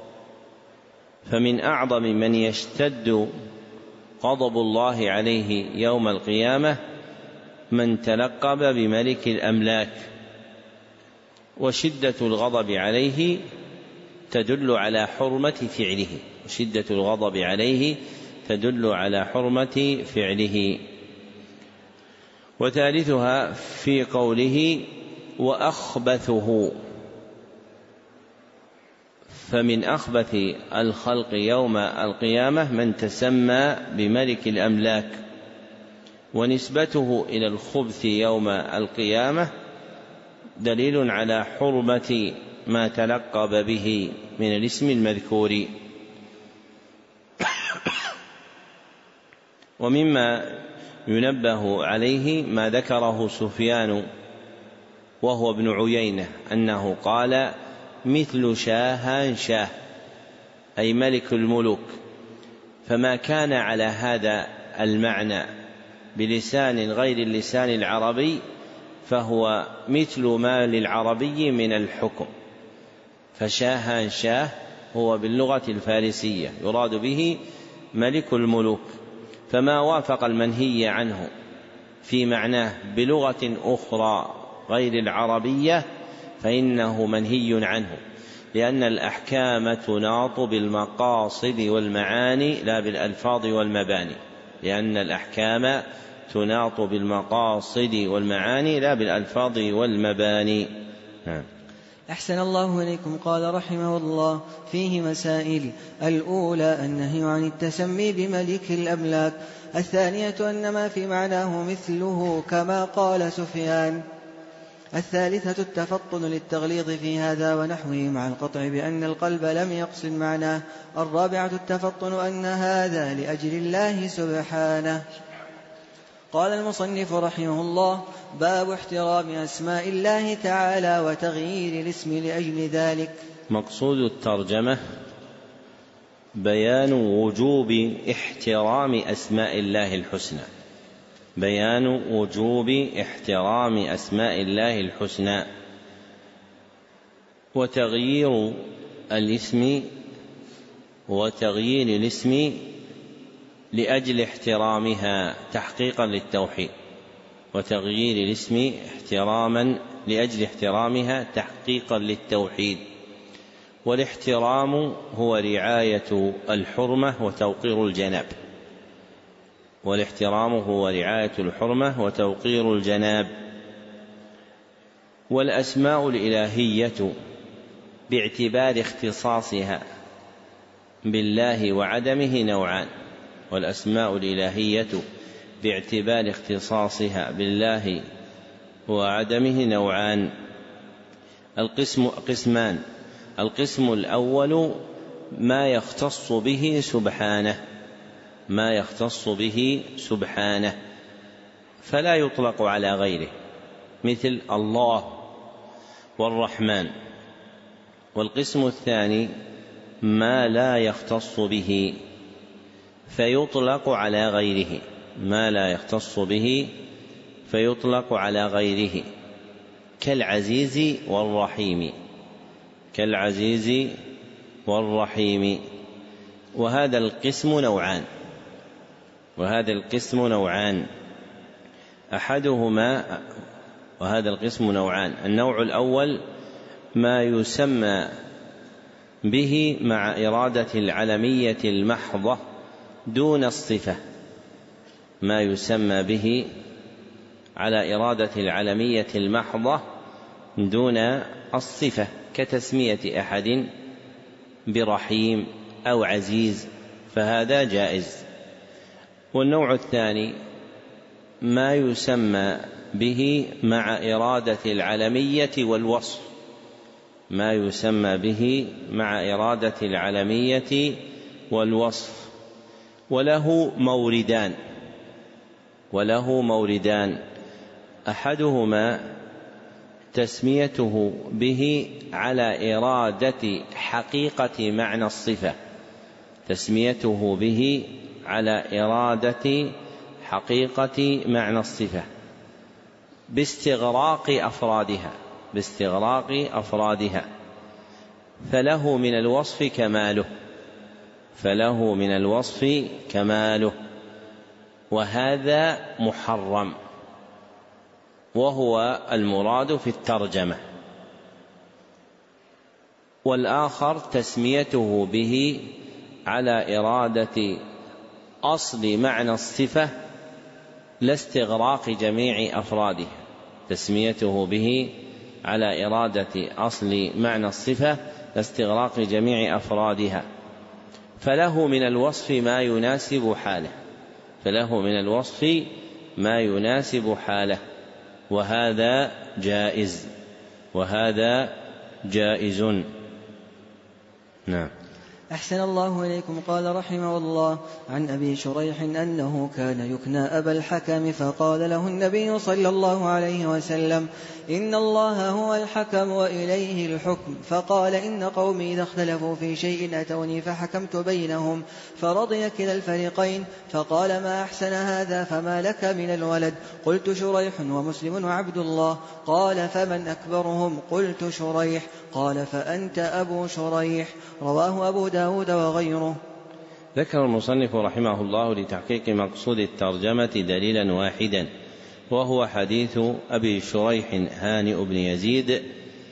فمن أعظم من يشتد غضب الله عليه يوم القيامة من تلقب بملك الأملاك. وشدة الغضب عليه تدل على حرمة فعله، وشدة الغضب عليه تدل على حرمة فعله. وثالثها في قوله: وأخبثه، فمن أخبث الخلق يوم القيامة من تسمى بملك الأملاك. ونسبته إلى الخبث يوم القيامة دليل على حرمة ما تلقب به من الاسم المذكور. ومما ينبه عليه ما ذكره سفيان وهو ابن عيينة أنه قال: مثل شاه شاه، أي ملك الملوك. فما كان على هذا المعنى بلسان غير اللسان العربي فهو مثل ما للعربي من الحكم. فشاه شاه هو باللغة الفارسية يراد به ملك الملوك، فما وافق المنهي عنه في معناه بلغة أخرى غير العربية فإنه منهي عنه، لأن الأحكام تناط بالمقاصد والمعاني لا بالألفاظ والمباني، لأن الأحكام تناط بالمقاصد والمعاني لا بالألفاظ والمباني. أحسن الله إليكم. قال رحمه الله: فيه مسائل. الأولى النهي عن التسمي بملك الأملاك. الثانية أن ما في معناه مثله كما قال سفيان. الثالثة التفطن للتغليظ في هذا ونحوه مع القطع بأن القلب لم يقصد معناه. الرابعة التفطن أن هذا لأجل الله سبحانه. قال المصنف رحمه الله: باب احترام أسماء الله تعالى وتغيير الاسم لأجل ذلك. مقصود الترجمة بيان وجوب احترام أسماء الله الحسنى، بيان وجوب احترام أسماء الله الحسنى وتغيير الاسم لأجل احترامها تحقيقا للتوحيد، وتغيير الاسم احتراما لأجل احترامها تحقيقا للتوحيد. والاحترام هو رعاية الحرمة وتوقير الجناب، والاحترام هو رعاية الحرمة وتوقير الجناب. والأسماء الإلهية باعتبار اختصاصها بالله وعدمه نوعان. والأسماء الإلهية باعتبار اختصاصها بالله وعدمه نوعان. قسمان. القسم الأول ما يختص به سبحانه فلا يطلق على غيره، مثل الله والرحمن. والقسم الثاني ما لا يختص به فيطلق على غيره، كالعزيز والرحيم. وهذا القسم نوعان. النوع الأول ما يسمى به مع إرادة العلمية المحضة دون الصفة، ما يسمى به على إرادة العلمية المحضة دون الصفة، كتسمية أحد برحيم أو عزيز، فهذا جائز. والنوع الثاني ما يسمى به مع إرادة العلمية والوصف، وله موردان. أحدهما تسميته به على إرادة حقيقة معنى الصفة باستغراق أفرادها، فله من الوصف كماله، وهذا محرم، وهو المراد في الترجمة. والآخر تسميته به على إرادة أصل معنى الصفة لا استغراق جميع أفرادها، فله من الوصف ما يناسب حاله، وهذا جائز. نعم. أحسن الله إليكم. قال رحمه الله: عن أبي شريح أنه كان يكنى أبا الحكم، فقال له النبي صلى الله عليه وسلم: إن الله هو الحكم وإليه الحكم. فقال: إن قومي إذا اختلفوا في شيء أتوني فحكمت بينهم فرضي كلا الفريقين. فقال: ما أحسن هذا، فما لك من الولد؟ قلت: شريح ومسلم وعبد الله. قال: فمن أكبرهم؟ قلت: شريح. قال: فأنت أبو شريح. رواه أبو داود وغيره. ذكر المصنف رحمه الله لتحقيق مقصود الترجمة دليلا واحدا، وهو حديث أبي شريح هانئ بن يزيد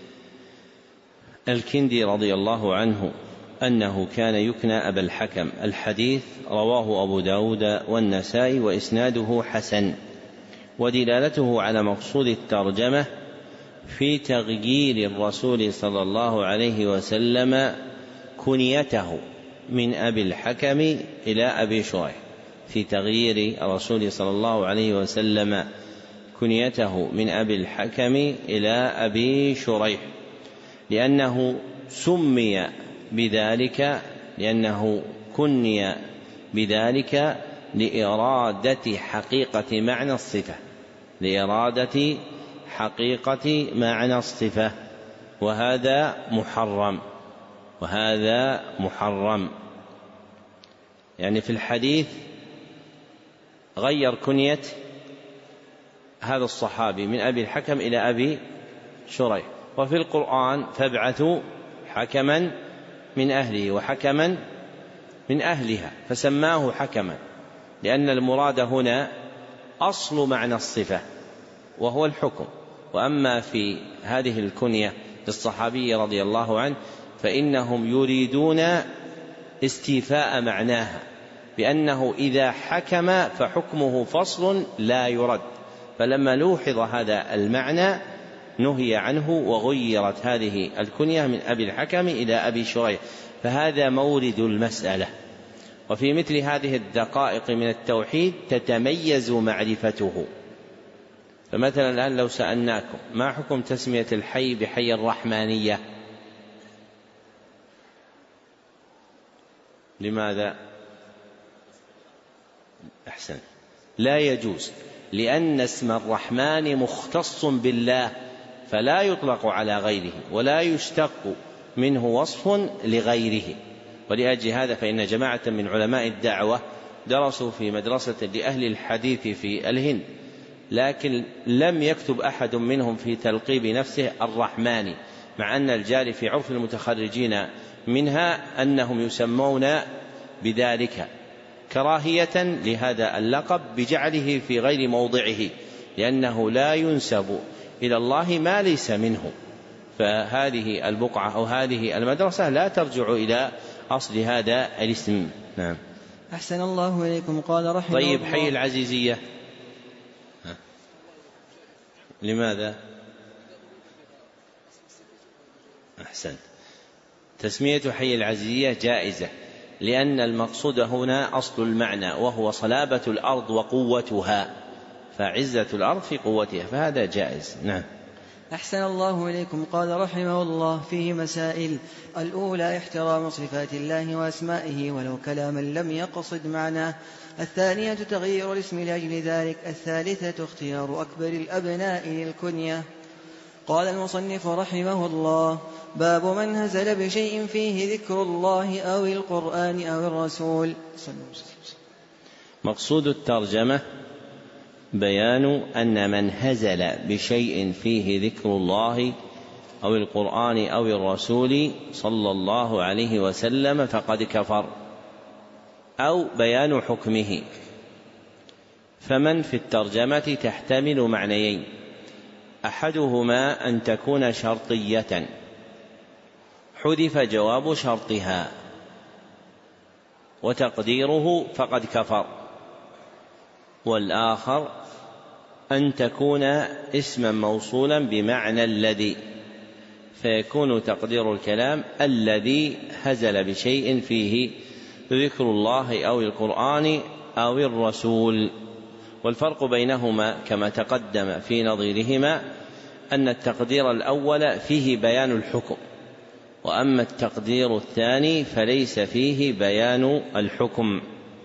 الكندي رضي الله عنه أنه كان يكنى أبا الحكم. الحديث رواه أبو داود والنسائي وإسناده حسن، ودلالته على مقصود الترجمة في تغيير الرسول صلى الله عليه وسلم كنيته من أبي الحكم إلى أبي شريح، في تغيير الرسول صلى الله عليه وسلم كنيته من أبي الحكم إلى أبي شريح، لأنه كني بذلك لإرادة حقيقة معنى الصفة، وهذا محرم. يعني في الحديث غير كنية هذا الصحابي من أبي الحكم إلى أبي شريح. وفي القرآن: فابعثوا حكما من أهله وحكما من أهلها، فسماه حكما، لأن المراد هنا أصل معنى الصفة وهو الحكم. وأما في هذه الكنية للصحابي رضي الله عنه فإنهم يريدون استيفاء معناها، بأنه إذا حكم فحكمه فصل لا يرد، فلما لوحظ هذا المعنى نهي عنه وغيرت هذه الكنية من أبي الحكم إلى أبي شريح، فهذا مورد المسألة. وفي مثل هذه الدقائق من التوحيد تتميز معرفته. فمثلا الآن لو سألناكم ما حكم تسمية الحي بحي الرحمانية؟ لماذا؟ أحسن، لا يجوز، لأن اسم الرحمن مختص بالله فلا يطلق على غيره ولا يشتق منه وصف لغيره. ولأجل هذا فإن جماعة من علماء الدعوة درسوا في مدرسة لأهل الحديث في الهند، لكن لم يكتب أحد منهم في تلقيب نفسه الرحمن، مع أن الجاري في عرف المتخرجين منها أنهم يسمون بذلك كراهية لهذا اللقب بجعله في غير موضعه، لأنه لا ينسب إلى الله ما ليس منه. فهذه البقعة أو هذه المدرسة لا ترجع إلى أصل هذا الاسم. نعم. أحسن الله إليكم. قال رحمه الله. طيب حي العزيزية لماذا؟ أحسن، تسمية حي العزيزية جائزة، لأن المقصود هنا أصل المعنى وهو صلابة الأرض وقوتها، فعزة الأرض في قوتها، فهذا جائز. نعم. أحسن الله إليكم. قال رحمه الله: فيه مسائل. الأولى احترام صفات الله وأسمائه ولو كلاما لم يقصد معناه. الثانية تغيير الاسم لأجل ذلك. الثالثة اختيار أكبر الأبناء للكنية. قال المصنف رحمه الله: باب من هزل بشيء فيه ذكر الله أو القرآن أو الرسول. مقصود الترجمة بيان أن من هزل بشيء فيه ذكر الله أو القرآن أو الرسول صلى الله عليه وسلم فقد كفر، أو بيان حكمه. فمن في الترجمة تحتمل معنيين: أحدهما أن تكون شرطية حذف جواب شرطها وتقديره فقد كفر، والآخر أن تكون اسما موصولا بمعنى الذي، فيكون تقدير الكلام الذي هزل بشيء فيه ذكر الله أو القرآن أو الرسول. والفرق بينهما كما تقدم في نظيرهما أن التقدير الأول فيه بيان الحكم، وأما التقدير الثاني فليس فيه بيان الحكم.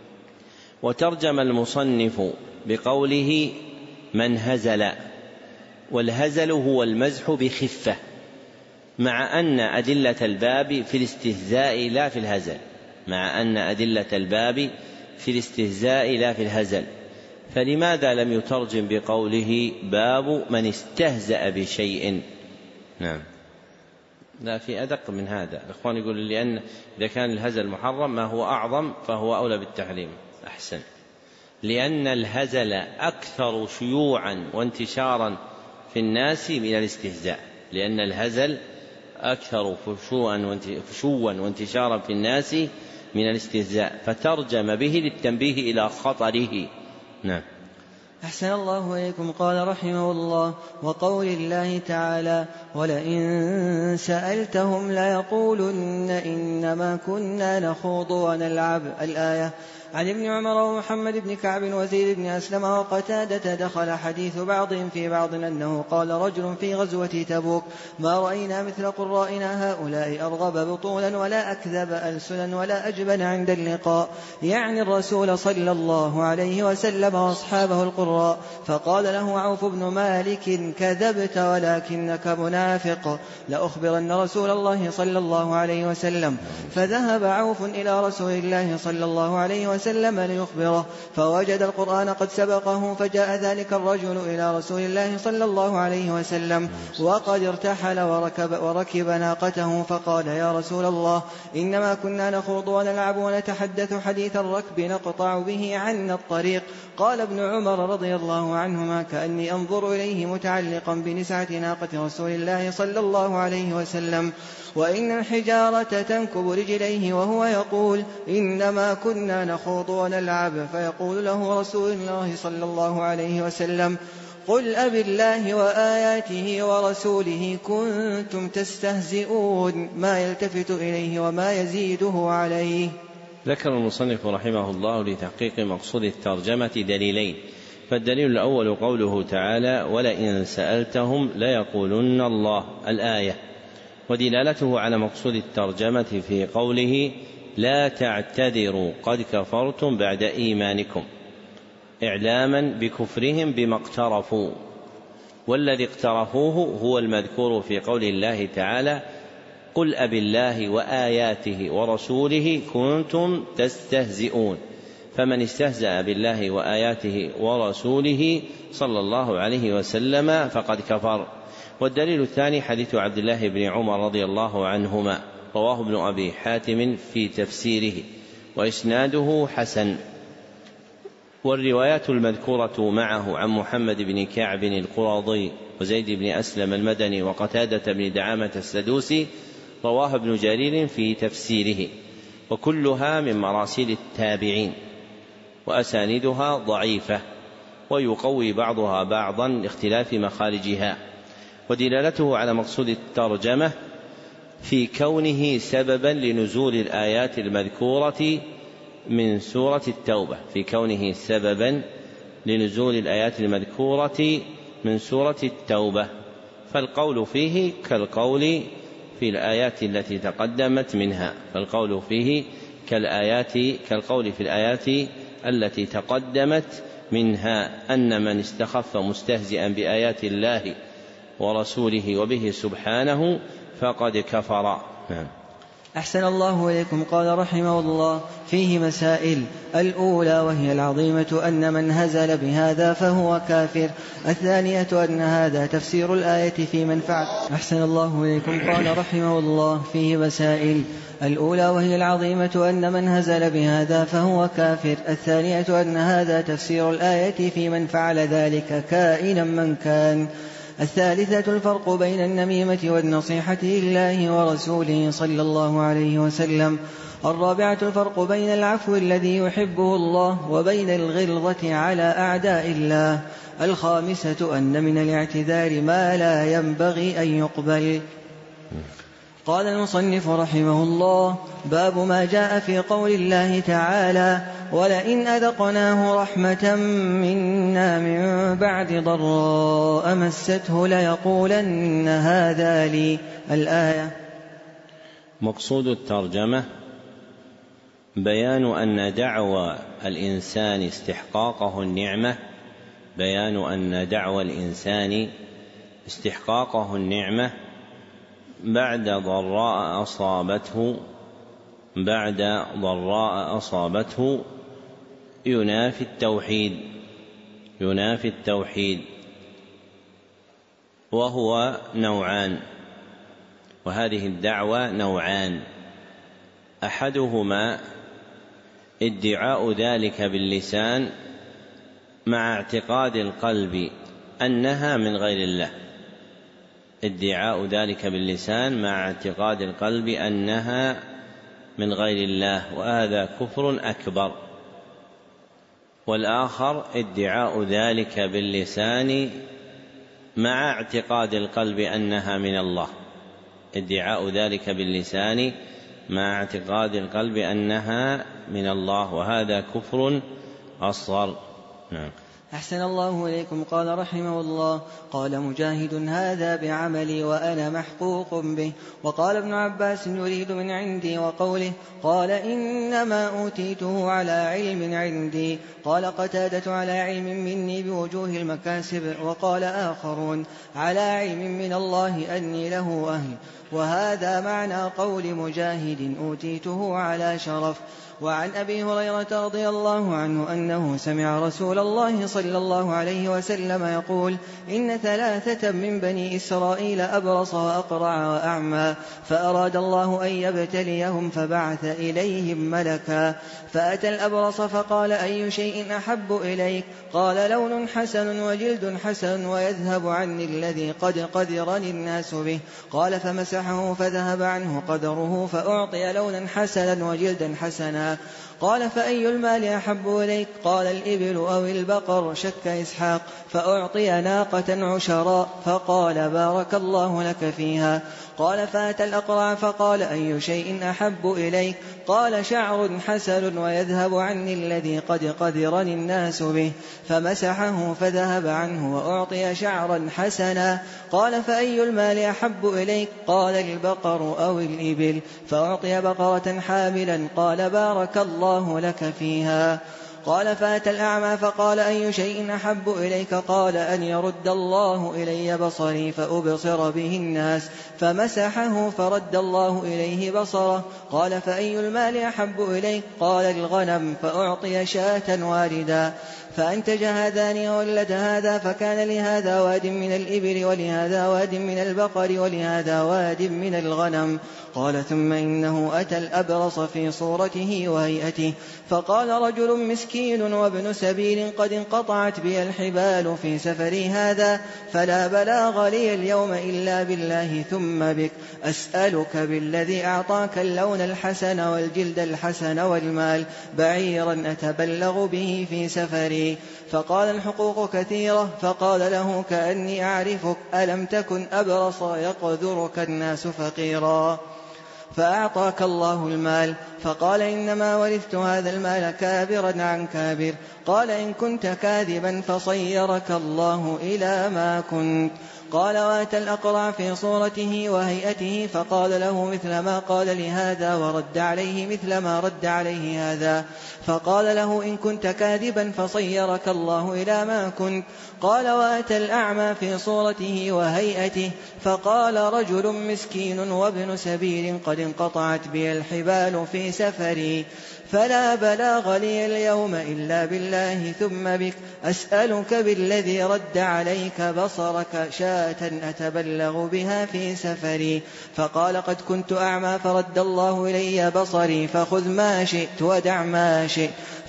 وترجم المصنف بقوله من هزل، والهزل هو المزح بخفة، مع أن أدلة الباب في الاستهزاء لا في الهزل، مع أن أدلة الباب في الاستهزاء لا في الهزل. فلماذا لم يترجم بقوله باب من استهزأ بشيء؟ نعم، لا، في أدق من هذا. الإخوان يقول لأن إذا كان الهزل محرم ما هو أعظم فهو أولى بالتحريم. أحسن، لأن الهزل أكثر شيوعا وانتشارا في الناس من الاستهزاء، لأن الهزل أكثر فشوا وانتشارا في الناس من الاستهزاء، فترجم به للتنبيه إلى خطره. نعم. أحسن الله إليكم. قال رحمه الله: وقول الله تعالى: ولئن سألتهم ليقولن إنما كنا نخوض ونلعب. الآية. عن ابن عمر ومحمد بن كعب وزيد بن أسلم وقتادة دخل حديث بعضهم في بعض أنه قال رجل في غزوة تبوك: ما رأينا مثل قرائنا هؤلاء أرغب بطولا ولا أكذب ألسنا ولا أجبن عند اللقاء، يعني الرسول صلى الله عليه وسلم وأصحابه القراء. فقال له عوف بن مالك: كذبت ولكنك منافق، لأخبرن رسول الله صلى الله عليه وسلم. فذهب عوف إلى رسول الله صلى الله عليه وسلم ليخبره، فوجد القرآن قد سبقه، فجاء ذلك الرجل إلى رسول الله صلى الله عليه وسلم وقد ارتحل وركب ناقته، فقال: يا رسول الله، إنما كنا نخوض ونلعب ونتحدث حديث الركب نقطع به عنا الطريق. قال ابن عمر رضي الله عنهما: كأني أنظر إليه متعلقا بنسعة ناقة رسول الله الله صلى الله عليه وسلم: وإن الحجارة تنكب رجليه وهو يقول: إنما كنا نخوض ونلعب. فيقول له رسول الله صلى الله عليه وسلم: قل أبالله وآياته ورسوله كنتم تستهزئون، ما يلتفت إليه وما يزيده عليه. ذكر المصنف رحمه الله لتحقيق مقصود الترجمة دليلين: فالدليل الأول قوله تعالى: ولئن سألتهم ليقولن الله، الآية، ودلالته على مقصود الترجمة في قوله: لا تعتذروا قد كفرتم بعد إيمانكم، إعلاما بكفرهم بما اقترفوا، والذي اقترفوه هو المذكور في قول الله تعالى: قل أبالله وآياته ورسوله كنتم تستهزئون، فمن استهزأ بالله وآياته ورسوله صلى الله عليه وسلم فقد كفر. والدليل الثاني حديث عبد الله بن عمر رضي الله عنهما، رواه ابن أبي حاتم في تفسيره وإسناده حسن. والروايات المذكورة معه عن محمد بن كعب القرظي وزيد بن أسلم المدني وقتادة بن دعامة السدوسي رواها ابن جرير في تفسيره، وكلها من مراسيل التابعين، وأساندها ضعيفة، ويقوي بعضها بعضا لاختلاف مخارجها. ودلالته على مقصود الترجمة في كونه سببا لنزول الآيات المذكورة من سورة التوبة، في كونه سببا لنزول الآيات المذكورة من سورة التوبة، فالقول فيه كالقول في الآيات التي تقدمت منها، فالقول فيه كالقول في الآيات التي تقدمت منها، أن من استخف مستهزئا بآيات الله ورسوله وبه سبحانه فقد كفر. أحسن الله إليكم. قال رحمه الله: فيه مسائل: الأولى وهي العظيمة أن من هزل بهذا فهو كافر. الثانية أن هذا تفسير الآية في من فعل. أحسن الله إليكم. قال رحمه الله: فيه مسائل: الأولى وهي العظيمة أن من هزل بهذا فهو كافر. الثانية أن هذا تفسير الآية في من فعل ذلك كائنا من كان. الثالثة الفرق بين النميمة والنصيحة لله ورسوله صلى الله عليه وسلم. الرابعة الفرق بين العفو الذي يحبه الله وبين الغلظة على أعداء الله. الخامسة أن من الاعتذار ما لا ينبغي أن يقبل. قال المصنف رحمه الله: باب ما جاء في قول الله تعالى: ولئن أذقناه رحمة منا من بعد ضراء مسته ليقولن هذا لي، الآية. مقصود الترجمة بيان أن دعوى الإنسان استحقاقه النعمة، بيان أن دعوى الإنسان استحقاقه النعمة بعد ضراء أصابته ينافي التوحيد، وهو نوعان، وهذه الدعوة نوعان: أحدهما ادعاء ذلك باللسان مع اعتقاد القلب أنها من غير الله، ادعاء ذلك باللسان مع اعتقاد القلب أنها من غير الله، وهذا كفر أكبر. والآخر ادعاء ذلك باللسان مع اعتقاد القلب أنها من الله، ادعاء ذلك باللسان مع اعتقاد القلب أنها من الله، وهذا كفر أصغر. نعم. أحسن الله إليكم. قال رحمه الله: قال مجاهد: هذا بعملي وأنا محقوق به. وقال ابن عباس: يريد من عندي، وقوله قال إنما أوتيته على علم عندي. قال قتادة: على علم مني بوجوه المكاسب. وقال آخرون: على علم من الله أني له أهل. وهذا معنى قول مجاهد: أوتيته على شرف. وعن أبي هريرة رضي الله عنه أنه سمع رسول الله صلى الله عليه وسلم يقول: إن 3 من بني إسرائيل أبرص وأقرع وأعمى، فأراد الله أن يبتليهم فبعث إليهم ملكا، فأتى الأبرص فقال: أي شيء أحب إليك؟ قال: لون حسن وجلد حسن ويذهب عني الذي قد قدرني الناس به. قال: فمسحه فذهب عنه قدره، فأعطي لونا حسنا وجلدا حسنا. قال: فأي المال أحب إليك؟ قال: الإبل أو البقر، شك إسحاق. فأعطي ناقة عشراء، فقال: بارك الله لك فيها. قال: فأتى الأقرع فقال: أي شيء أحب إليك؟ قال: شعر حسن ويذهب عني الذي قد قدرني الناس به. فمسحه فذهب عنه وأعطي شعرا حسنا. قال: فأي المال أحب إليك؟ قال: البقر أو الإبل. فأعطي بقرة حاملا. قال: بارك الله لك فيها. قال: فأتى الأعمى فقال: أي شيء أحب إليك؟ قال: أن يرد الله إلي بصري فأبصر به الناس. فمسحه فرد الله إليه بصره. قال: فأي المال أحب إليك؟ قال: الغنم. فأعطي شاة والدا. فأنتج هذان وولد هذا، فكان لهذا واد من الإبل ولهذا واد من البقر ولهذا واد من الغنم. قال: ثم إنه أتى الأبرص في صورته وهيئته، فقال: رجل مسكين وابن سبيل قد انقطعت بي الحبال في سفري هذا، فلا بلاغ لي اليوم إلا بالله ثم بك، أسألك بالذي أعطاك اللون الحسن والجلد الحسن والمال بعيرا أتبلغ به في سفري. فقال: الحقوق كثيرة. فقال له: كأني أعرفك، ألم تكن أبرص يقذرك الناس فقيرا فأعطاك الله المال؟ فقال: إنما ورثت هذا المال كابرا عن كابر. قال: إن كنت كاذبا فصيرك الله إلى ما كنت. قال: وأتى الأقرع في صورته وهيئته، فقال له مثل ما قال لهذا ورد عليه مثل ما رد عليه هذا. فقال له: إن كنت كاذبا فصيرك الله إلى ما كنت. قال: وأتى الأعمى في صورته وهيئته، فقال: رجل مسكين وابن سبيل قد انقطعت بي الحبال في سفري، فلا بلاغ لي اليوم إلا بالله ثم بك، أسألك بالذي رد عليك بصرك شاة أتبلغ بها في سفري. فقال: قد كنت أعمى فرد الله إلي بصري، فخذ ما شئت ودع ما شئت،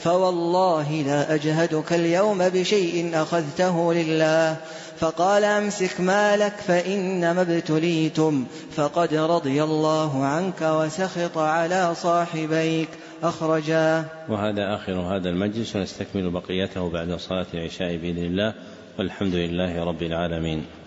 فوالله لا أجهدك اليوم بشيء أخذته لله. فقال: أمسك مالك فإنما ابتليتم، فقد رضي الله عنك وسخط على صاحبيك. أخرجاه. وهذا آخر هذا المجلس، ونستكمل بقيته بعد صلاة العشاء بإذن الله، والحمد لله رب العالمين.